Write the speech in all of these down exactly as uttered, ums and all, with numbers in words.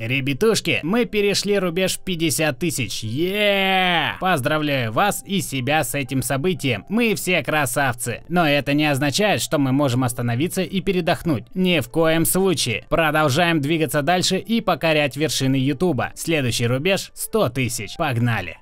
Ребятушки, мы перешли рубеж в пятьдесят тысяч. Еее! Поздравляю вас и себя с этим событием. Мы все красавцы. Но это не означает, что мы можем остановиться и передохнуть. Ни в коем случае. Продолжаем двигаться дальше и покорять вершины Ютуба. Следующий рубеж сто тысяч. Погнали!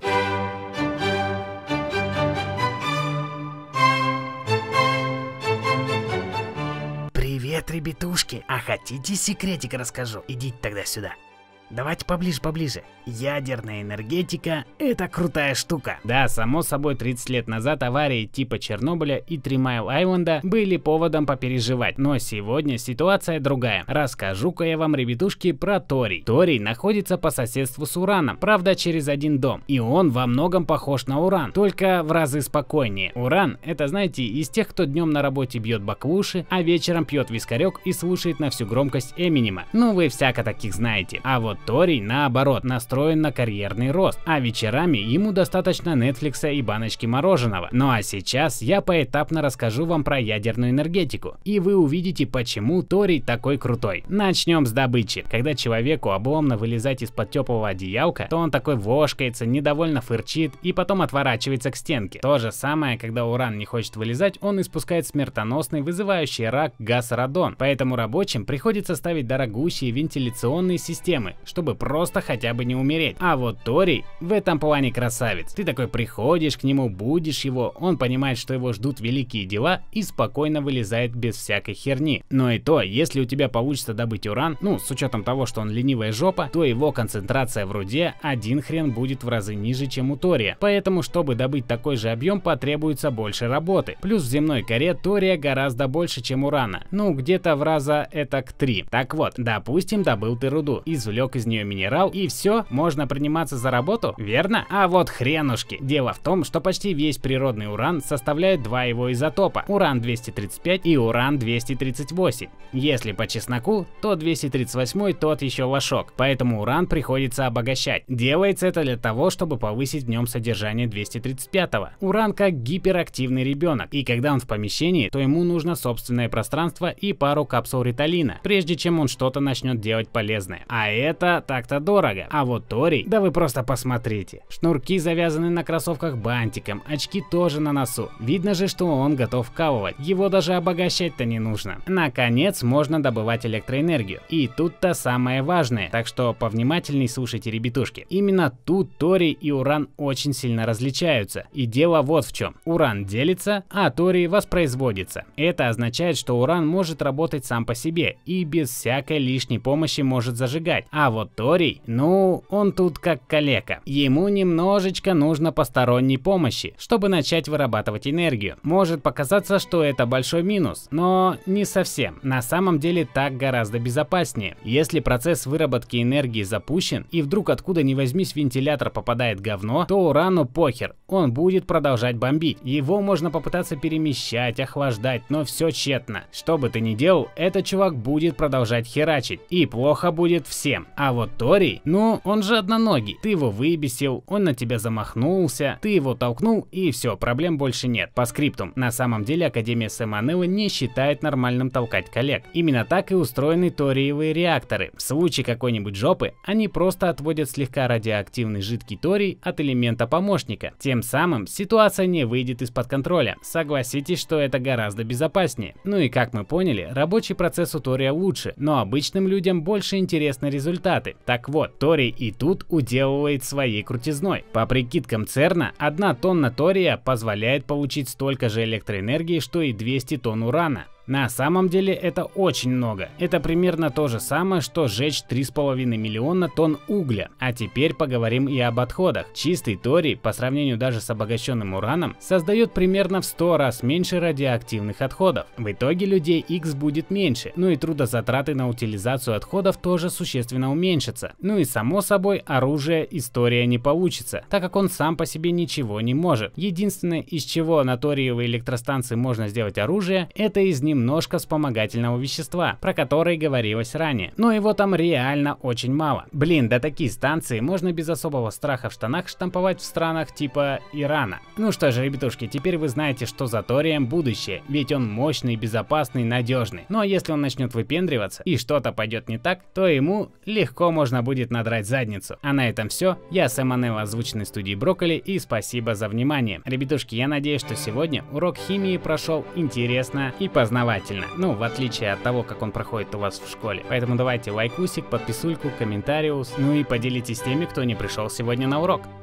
Привет, ребятушки! А хотите секретик расскажу? Идите тогда сюда. Давайте поближе, поближе. Ядерная энергетика – это крутая штука. Да, само собой, тридцать лет назад аварии типа Чернобыля и Три Майл Айленда были поводом попереживать. Но сегодня ситуация другая. Расскажу-ка я вам, ребятушки, про торий. Торий находится по соседству с ураном, правда через один дом. И он во многом похож на уран, только в разы спокойнее. Уран – это, знаете, из тех, кто днем на работе бьет баклуши, а вечером пьет вискарек и слушает на всю громкость Эминема. Ну вы всяко таких знаете. А вот торий, наоборот, настроен на карьерный рост, а вечерами ему достаточно Нетфликса и баночки мороженого. Ну а сейчас я поэтапно расскажу вам про ядерную энергетику, и вы увидите, почему торий такой крутой. Начнем с добычи. Когда человеку обломно вылезать из-под теплого одеялка, то он такой вошкается, недовольно фырчит и потом отворачивается к стенке. То же самое, когда уран не хочет вылезать, он испускает смертоносный, вызывающий рак газ радон. Поэтому рабочим приходится ставить дорогущие вентиляционные системы, чтобы просто хотя бы не умереть. А вот торий в этом плане красавец. Ты такой приходишь к нему, будешь его, он понимает, что его ждут великие дела и спокойно вылезает без всякой херни. Но и то, если у тебя получится добыть уран, ну с учетом того, что он ленивая жопа, то его концентрация в руде один хрен будет в разы ниже, чем у тория. Поэтому, чтобы добыть такой же объем, потребуется больше работы. Плюс в земной коре тория гораздо больше, чем урана. Ну где-то в раза этак три. Так вот, допустим, добыл ты руду, извлек из нее минерал, и все, можно приниматься за работу, верно? А вот хренушки. Дело в том, что почти весь природный уран составляет два его изотопа: уран двести тридцать пять и уран двести тридцать восемь. Если по чесноку, то двести тридцать восемь тот еще лошок, поэтому уран приходится обогащать. Делается это для того, чтобы повысить в нем содержание двести тридцать пятого. Уран как гиперактивный ребенок, и когда он в помещении, то ему нужно собственное пространство и пару капсул риталина, прежде чем он что-то начнет делать полезное. А это так-то дорого. А вот торий, да вы просто посмотрите. Шнурки завязаны на кроссовках бантиком, очки тоже на носу. Видно же, что он готов вкалывать. Его даже обогащать-то не нужно. Наконец, можно добывать электроэнергию. И тут-то самое важное. Так что повнимательней слушайте, ребятушки. Именно тут торий и уран очень сильно различаются. И дело вот в чем. Уран делится, а торий воспроизводится. Это означает, что уран может работать сам по себе и без всякой лишней помощи может зажигать. А вот торий, ну, он тут как калека. Ему немножечко нужно посторонней помощи, чтобы начать вырабатывать энергию. Может показаться, что это большой минус, но не совсем. На самом деле так гораздо безопаснее. Если процесс выработки энергии запущен, и вдруг откуда ни возьмись в вентилятор попадает говно, то урану похер, он будет продолжать бомбить. Его можно попытаться перемещать, охлаждать, но все тщетно. Что бы ты ни делал, этот чувак будет продолжать херачить, и плохо будет всем. А вот торий, ну, он же одноногий. Ты его выбесил, он на тебя замахнулся, ты его толкнул, и все, проблем больше нет. По скриптум. На самом деле Академия Сэма Нейла не считает нормальным толкать коллег. Именно так и устроены ториевые реакторы. В случае какой-нибудь жопы, они просто отводят слегка радиоактивный жидкий торий от элемента помощника. Тем самым ситуация не выйдет из-под контроля. Согласитесь, что это гораздо безопаснее. Ну и как мы поняли, рабочий процесс у тория лучше, но обычным людям больше интересны результаты. Так вот, торий и тут уделывает своей крутизной. По прикидкам ЦЕРНа, одна тонна тория позволяет получить столько же электроэнергии, что и двести тонн урана. На самом деле это очень много. Это примерно то же самое, что сжечь три с половиной миллиона тонн угля. А теперь поговорим и об отходах. Чистый торий, по сравнению даже с обогащенным ураном, создает примерно в сто раз меньше радиоактивных отходов. В итоге людей X будет меньше, ну и трудозатраты на утилизацию отходов тоже существенно уменьшатся. Ну и само собой, оружие история не получится, так как он сам по себе ничего не может. Единственное, из чего на ториевой электростанции можно сделать оружие, это из него немножко вспомогательного вещества, про который говорилось ранее. Но его там реально очень мало. Блин, да такие станции можно без особого страха в штанах штамповать в странах типа Ирана. Ну что же, ребятушки, теперь вы знаете, что за торием будущее, ведь он мощный, безопасный, надежный. Ну а если он начнет выпендриваться и что-то пойдет не так, то ему легко можно будет надрать задницу. А на этом все. Я Сэм Анел, озвученный студии Брокколи, и спасибо за внимание. Ребятушки, я надеюсь, что сегодня урок химии прошел интересно и познавательно. Ну, в отличие от того, как он проходит у вас в школе. Поэтому давайте лайкусик, подписульку, комментариус, ну и поделитесь с теми, кто не пришел сегодня на урок.